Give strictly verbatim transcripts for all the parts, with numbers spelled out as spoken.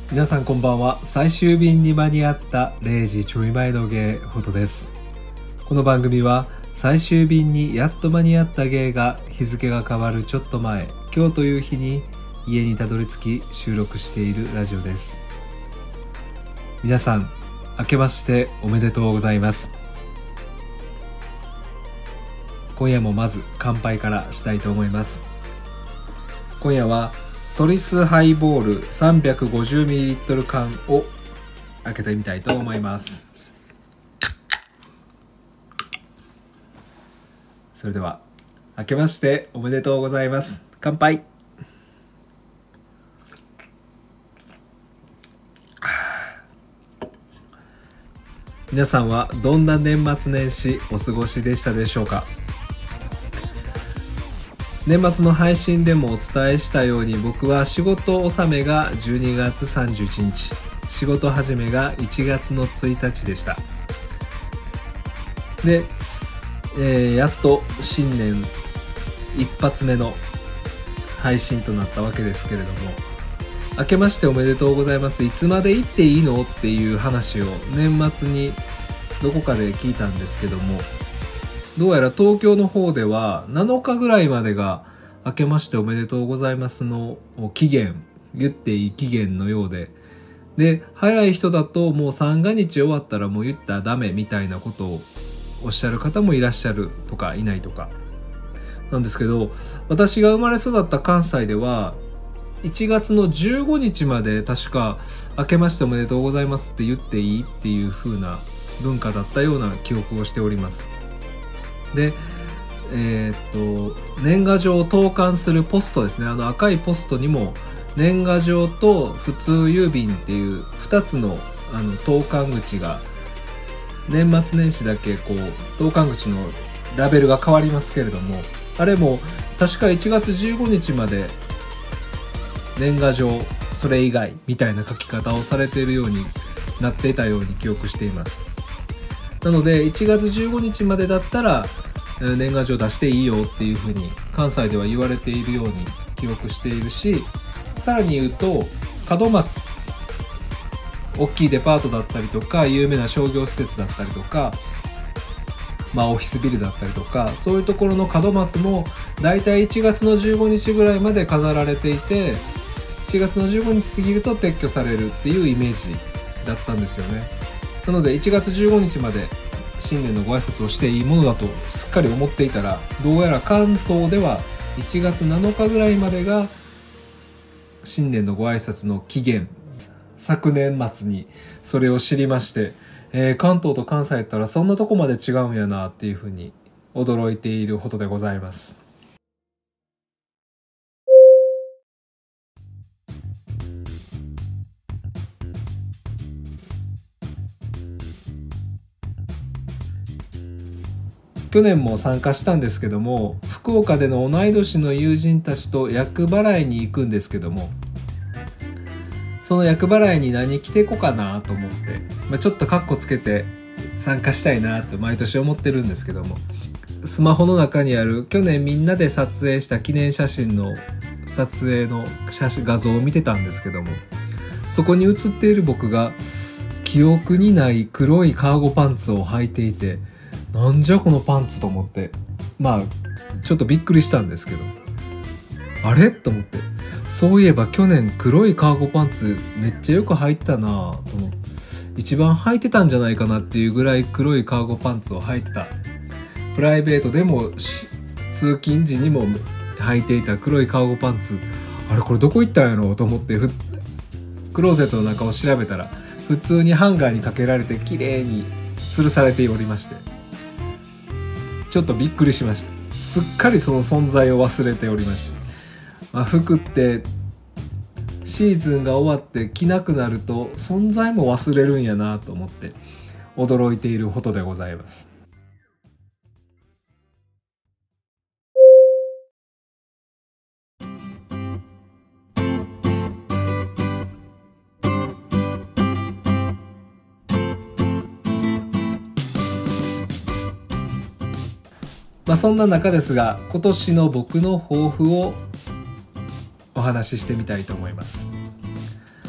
皆さんこんばんは。最終便に間に合ったれいじちょい前のゲイフォトです。この番組は最終便にやっと間に合ったゲイが日付が変わるちょっと前、今日という日に家にたどり着き収録しているラジオです。皆さん明けましておめでとうございます。今夜もまず乾杯からしたいと思います。今夜はトリスハイボール さんびゃくごじゅうミリリットル 缶を開けてみたいと思います。それでは明けましておめでとうございます。乾杯。皆さんはどんな年末年始お過ごしでしたでしょうか。年末の配信でもお伝えしたように、僕は仕事納めがじゅうにがつさんじゅういちにち、仕事始めがいちがつのついたちでした。で、えー、やっと新年一発目の配信となったわけですけれども、明けましておめでとうございます。いつまで行っていいのっていう話を年末にどこかで聞いたんですけども、どうやら東京の方ではなのかぐらいまでが明けましておめでとうございますの期限、言っていい期限のようで、で早い人だともう三が日終わったらもう言ったらダメみたいなことをおっしゃる方もいらっしゃるとかいないとかなんですけど、私が生まれ育った関西ではいちがつのじゅうごにちまで確か明けましておめでとうございますって言っていいっていう風な文化だったような記憶をしております。で、えー、っと年賀状を投函するポストですね、あの赤いポストにも年賀状と普通郵便っていうふたつのあの投函口が年末年始だけこう投函口のラベルが変わりますけれども、あれも確かいちがつじゅうごにちまで年賀状それ以外みたいな書き方をされているようになっていたように記憶しています。なのでいちがつじゅうごにちまでだったら年賀状出していいよっていうふうに関西では言われているように記憶しているし、さらに言うと門松、大きいデパートだったりとか有名な商業施設だったりとか、まあオフィスビルだったりとか、そういうところの門松もだいたいいちがつのじゅうごにちぐらいまで飾られていて、いちがつのじゅうごにち過ぎると撤去されるっていうイメージだったんですよね。なのでいちがつじゅうごにちまで新年のご挨拶をしていいものだとすっかり思っていたら、どうやら関東ではいちがつなのかぐらいまでが新年のご挨拶の期限、昨年末にそれを知りまして、えー、関東と関西やったらそんなとこまで違うんやなっていうふうに驚いているほどでございます。去年も参加したんですけども、福岡での同い年の友人たちと厄払いに行くんですけども、その厄払いに何着てこかなと思って、まあ、ちょっとカッコつけて参加したいなと毎年思ってるんですけども、スマホの中にある去年みんなで撮影した記念写真の撮影の写真画像を見てたんですけども、そこに写っている僕が記憶にない黒いカーゴパンツを履いていて、なんじゃこのパンツと思って、まあちょっとびっくりしたんですけど、あれと思って、そういえば去年黒いカーゴパンツめっちゃよく履いてたなと思って、一番履いてたんじゃないかなっていうぐらい黒いカーゴパンツを履いてた。プライベートでも通勤時にも履いていた黒いカーゴパンツ、あれこれどこ行ったんやろうと思ってふクローゼットの中を調べたら、普通にハンガーにかけられて綺麗に吊るされておりまして、ちょっとびっくりしました。すっかりその存在を忘れておりました。まあ、服ってシーズンが終わって着なくなると存在も忘れるんやなと思って驚いているほどでございます。まあそんな中ですが、今年の僕の抱負をお話ししてみたいと思います。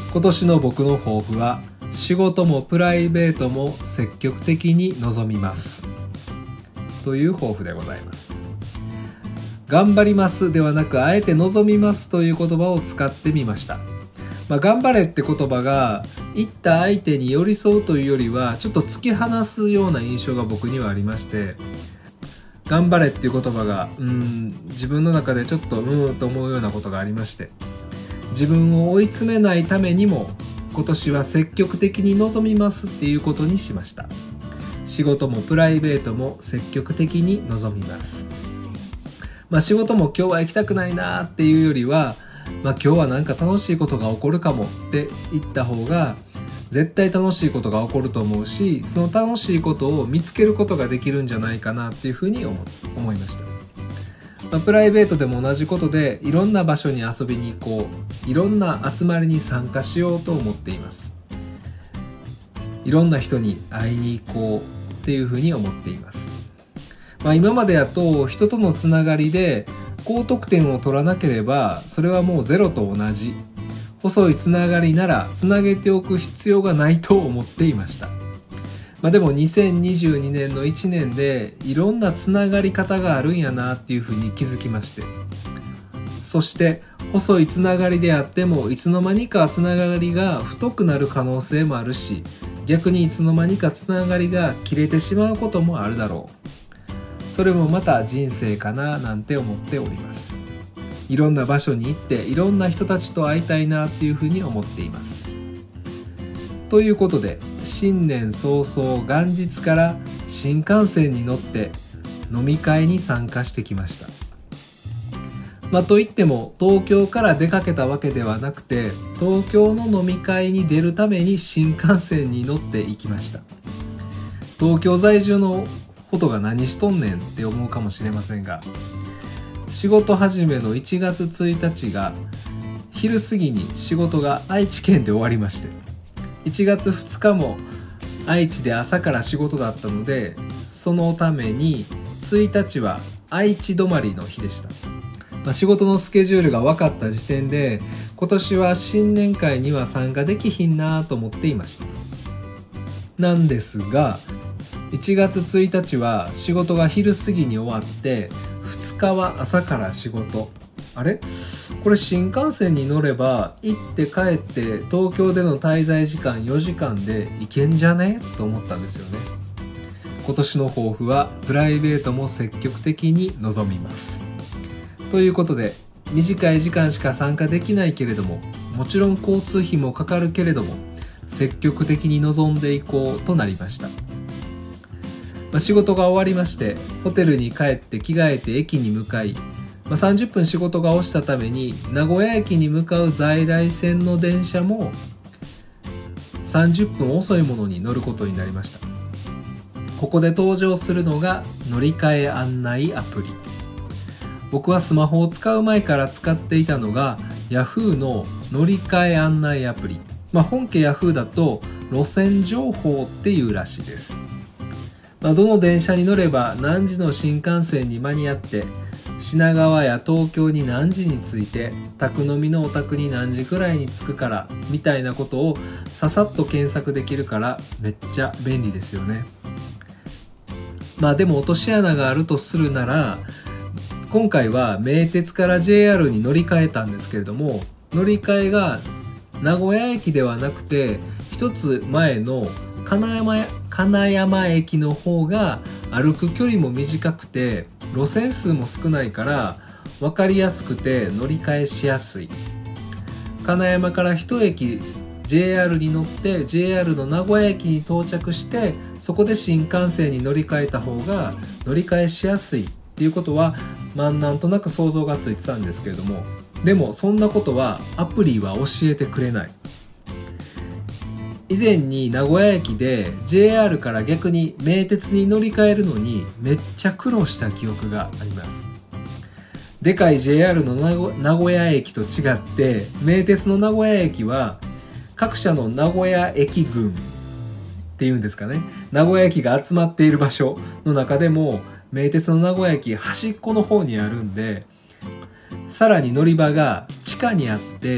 今年の僕の抱負は、仕事もプライベートも積極的に臨みますという抱負でございます。頑張りますではなく、あえて望みますという言葉を使ってみました。まあ、頑張れって言葉が言った相手に寄り添うというよりは、ちょっと突き放すような印象が僕にはありまして、頑張れっていう言葉がうーん自分の中でちょっとうーんと思うようなことがありまして、自分を追い詰めないためにも今年は積極的に臨みますっていうことにしました。仕事もプライベートも積極的に臨みます。まあ仕事も今日は行きたくないなっていうよりは、まあ今日はなんか楽しいことが起こるかもって言った方が絶対楽しいことが起こると思うし、その楽しいことを見つけることができるんじゃないかなっていうふうに思思いました。まあ、プライベートでも同じことで、いろんな場所に遊びに行こう、いろんな集まりに参加しようと思っています。いろんな人に会いに行こうっていうふうに思っています。まあ、今までやと人とのつながりで高得点を取らなければそれはもうゼロと同じ、細いつながりならつなげておく必要がないと思っていました。まあ、でもにせんにじゅうにねんのいちねんでいろんなつながり方があるんやなっていうふうに気づきまして、そして細いつながりであってもいつの間にかつながりが太くなる可能性もあるし、逆にいつの間にかつながりが切れてしまうこともあるだろう。それもまた人生かななんて思っております。いろんな場所に行っていろんな人たちと会いたいなっていうふうに思っています。ということで、新年早々元日から新幹線に乗って飲み会に参加してきました。まあといっても東京から出かけたわけではなくて、東京の飲み会に出るために新幹線に乗って行きました。東京在住のことが何しとんねんって思うかもしれませんが、仕事始めのいちがつついたちが昼過ぎに仕事が愛知県で終わりまして、いちがつふつかも愛知で朝から仕事だったので、そのためについたちは愛知止まりの日でした。まあ、仕事のスケジュールが分かった時点で、今年は新年会には参加できひんなと思っていました。なんですが、いちがつついたちは仕事が昼過ぎに終わって、ふつかは朝から仕事。あれ？これ新幹線に乗れば行って帰って東京での滞在時間よじかんで行けんじゃねと思ったんですよね。今年の抱負はプライベートも積極的に臨みます。ということで、短い時間しか参加できないけれども、もちろん交通費もかかるけれども、積極的に臨んでいこうとなりました。まあ、仕事が終わりまして、ホテルに帰って着替えて駅に向かい、まあ、さんじゅっぷん仕事が押したために名古屋駅に向かう在来線の電車もさんじゅっぷん遅いものに乗ることになりました。ここで登場するのが乗り換え案内アプリ。僕はスマホを使う前から使っていたのが Yahoo の乗り換え案内アプリ。まあ、本家 Yahoo だと路線情報っていうらしいです。まあ、どの電車に乗れば何時の新幹線に間に合って、品川や東京に何時に着いて、宅飲みのお宅に何時くらいに着くからみたいなことをささっと検索できるからめっちゃ便利ですよね。まあでも落とし穴があるとするなら、今回は名鉄から ジェイアール に乗り換えたんですけれども、乗り換えが名古屋駅ではなくて一つ前の金山、金山駅の方が歩く距離も短くて路線数も少ないから分かりやすくて乗り換えしやすい。金山から一駅 ジェイアール に乗って ジェイアール の名古屋駅に到着して、そこで新幹線に乗り換えた方が乗り換えしやすいっていうことは、まあなんとなく想像がついてたんですけれども、でもそんなことはアプリは教えてくれない。以前に名古屋駅で ジェイアール から逆に名鉄に乗り換えるのにめっちゃ苦労した記憶があります。でかい ジェイアール の名古屋駅と違って、名鉄の名古屋駅は各社の名古屋駅群っていうんですかね、名古屋駅が集まっている場所の中でも名鉄の名古屋駅端っこの方にあるんで、さらに乗り場が地下にあって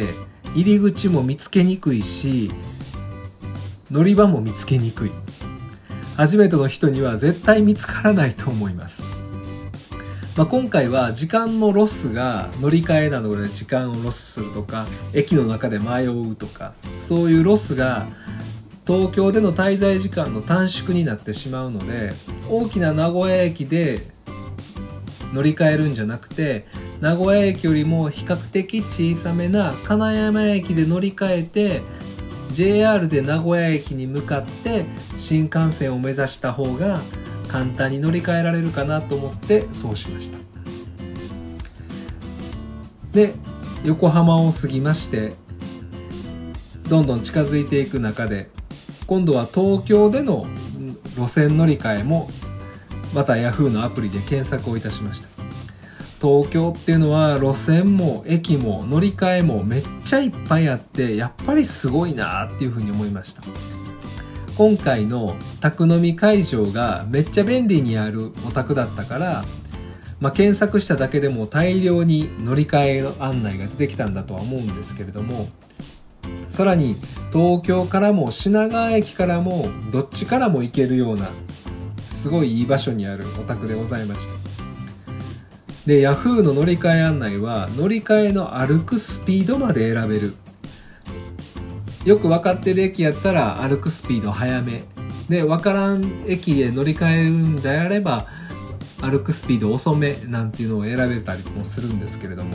入り口も見つけにくいし、乗り場も見つけにくい。初めての人には絶対見つからないと思います。まあ、今回は時間のロスが乗り換えなどで時間をロスするとか、駅の中で迷うとか、そういうロスが東京での滞在時間の短縮になってしまうので、大きな名古屋駅で乗り換えるんじゃなくて、名古屋駅よりも比較的小さめな金山駅で乗り換えて ジェイアール で名古屋駅に向かって新幹線を目指した方が簡単に乗り換えられるかなと思ってそうしました。で、横浜を過ぎましてどんどん近づいていく中で、今度は東京での路線乗り換えもまた ヤフー のアプリで検索をいたしました。東京っていうのは路線も駅も乗り換えもめっちゃいっぱいあって、やっぱりすごいなっていうふうに思いました。今回の宅飲み会場がめっちゃ便利にあるお宅だったから、まあ、検索しただけでも大量に乗り換えの案内が出てきたんだとは思うんですけれども、さらに東京からも品川駅からもどっちからも行けるようなすごいいい場所にあるお宅でございました。で、ヤフー の乗り換え案内は乗り換えの歩くスピードまで選べる。よく分かってる駅やったら歩くスピード早めで、分からん駅で乗り換えるんであれば歩くスピード遅めなんていうのを選べたりもするんですけれども、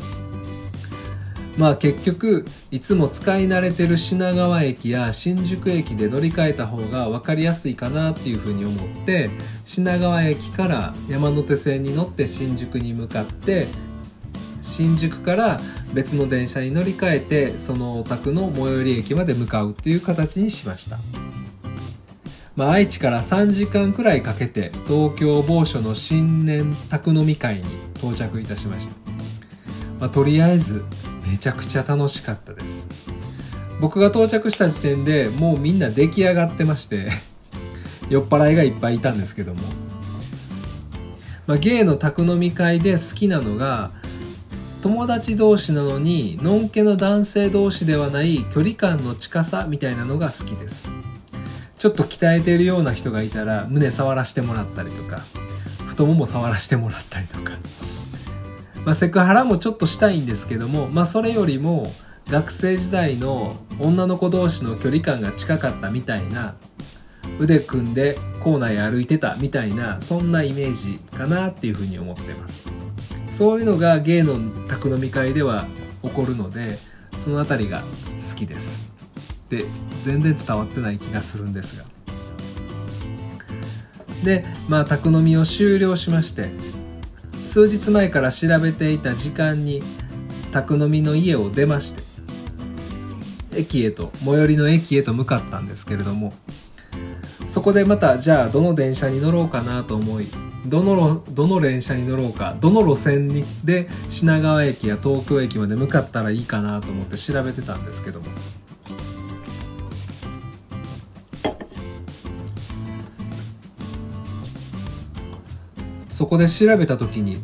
まあ結局いつも使い慣れてる品川駅や新宿駅で乗り換えた方が分かりやすいかなっていうふうに思って、品川駅から山手線に乗って新宿に向かって、新宿から別の電車に乗り換えてそのお宅の最寄り駅まで向かうという形にしました。まあ、愛知からさんじかんくらいかけて東京某所の新年宅飲み会に到着いたしました。まあ、とりあえずめちゃくちゃ楽しかったです。僕が到着した時点でもうみんな出来上がってまして酔っ払いがいっぱいいたんですけども、まあ、ゲイの宅飲み会で好きなのが、友達同士なのにのんけの男性同士ではない距離感の近さみたいなのが好きです。ちょっと鍛えているような人がいたら胸触らせてもらったりとか、太もも触らせてもらったりとか、まあ、セクハラもちょっとしたいんですけども、まあ、それよりも学生時代の女の子同士の距離感が近かったみたいな、腕組んで校内歩いてたみたいな、そんなイメージかなっていうふうに思ってます。そういうのがゲイの宅飲み会では起こるので、そのあたりが好きです。で、全然伝わってない気がするんですが、で、まあ宅飲みを終了しまして、数日前から調べていた時間に宅飲みの家を出まして、駅へと最寄りの駅へと向かったんですけれども、そこでまたじゃあどの電車に乗ろうかなと思い、どのどの電車に乗ろうか、どの路線にで品川駅や東京駅まで向かったらいいかなと思って調べてたんですけども、そこで調べた時に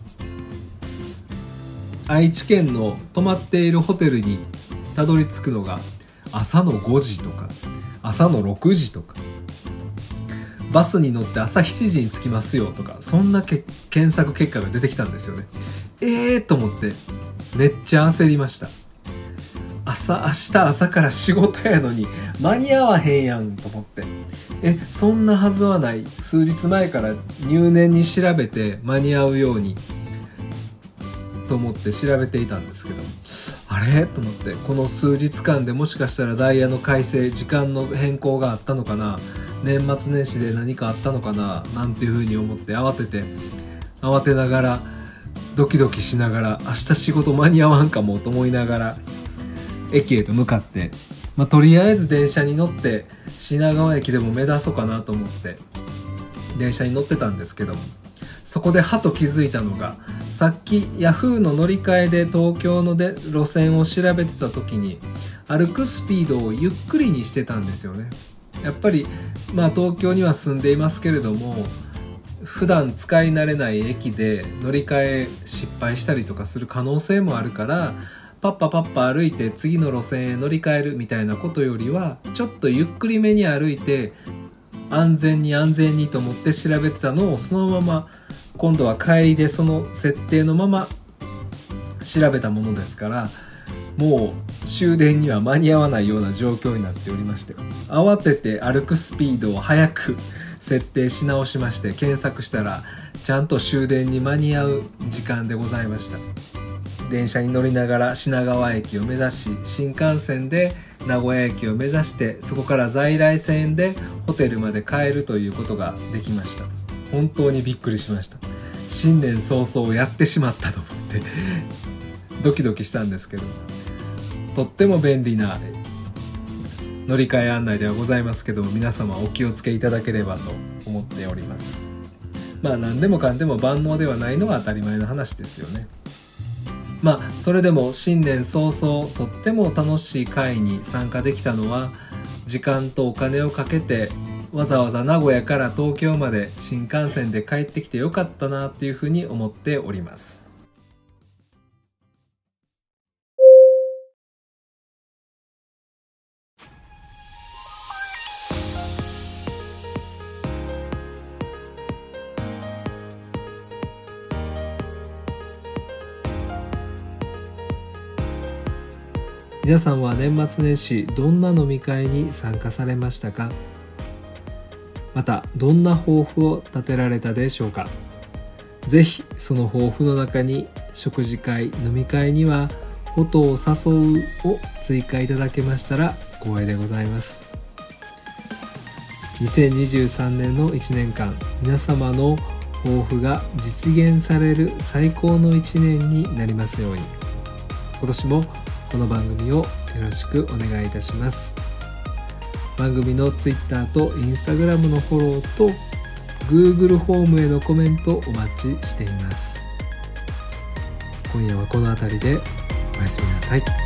愛知県の泊まっているホテルにたどり着くのが朝のごじとか朝のろくじとか、バスに乗って朝しちじに着きますよとか、そんなけ検索結果が出てきたんですよね。えーと思ってめっちゃ焦りました。朝明日朝から仕事やのに間に合わへんやんと思って、えそんなはずはない、数日前から入念に調べて間に合うようにと思って調べていたんですけど、あれと思って、この数日間でもしかしたらダイヤの改正、時間の変更があったのかな、年末年始で何かあったのかななんていうふうに思って、慌てて慌てながらドキドキしながら、明日仕事間に合わんかもと思いながら駅へと向かって、まあ、とりあえず電車に乗って品川駅でも目指そうかなと思って電車に乗ってたんですけども、そこではと気づいたのが、さっき ヤフー の乗り換えで東京ので路線を調べてた時に歩くスピードをゆっくりにしてたんですよね。やっぱりまあ東京には住んでいますけれども、普段使い慣れない駅で乗り換え失敗したりとかする可能性もあるから、 パッパパッパ歩いて次の路線へ乗り換えるみたいなことよりは、ちょっとゆっくりめに歩いて安全に安全にと思って調べてたのを、そのまま今度は帰りでその設定のまま調べたものですから、もう終電には間に合わないような状況になっておりまして、慌てて歩くスピードを速く設定し直しまして、検索したらちゃんと終電に間に合う時間でございました。電車に乗りながら品川駅を目指し、新幹線で名古屋駅を目指して、そこから在来線でホテルまで帰るということができました。本当にびっくりしました。新年早々やってしまったと思ってドキドキしたんですけど、とっても便利な乗り換え案内ではございますけども、皆様お気をつけいただければと思っております。まあ何でもかんでも万能ではないのが当たり前の話ですよね。まあそれでも新年早々とっても楽しい会に参加できたのは、時間とお金をかけてわざわざ名古屋から東京まで新幹線で帰ってきてよかったなっていうふうに思っております。皆さんは年末年始どんな飲み会に参加されましたか？またどんな抱負を立てられたでしょうか？ぜひその抱負の中に食事会、飲み会には音を誘うを追加いただけましたら光栄でございます。にせんにじゅうさんねんのいちねんかん、皆様の抱負が実現される最高のいちねんになりますように。今年もこの番組をよろしくお願いいたします。番組の Twitter と Instagram のフォローと Google ホームへのコメントお待ちしています。今夜はこの辺りでおやすみなさい。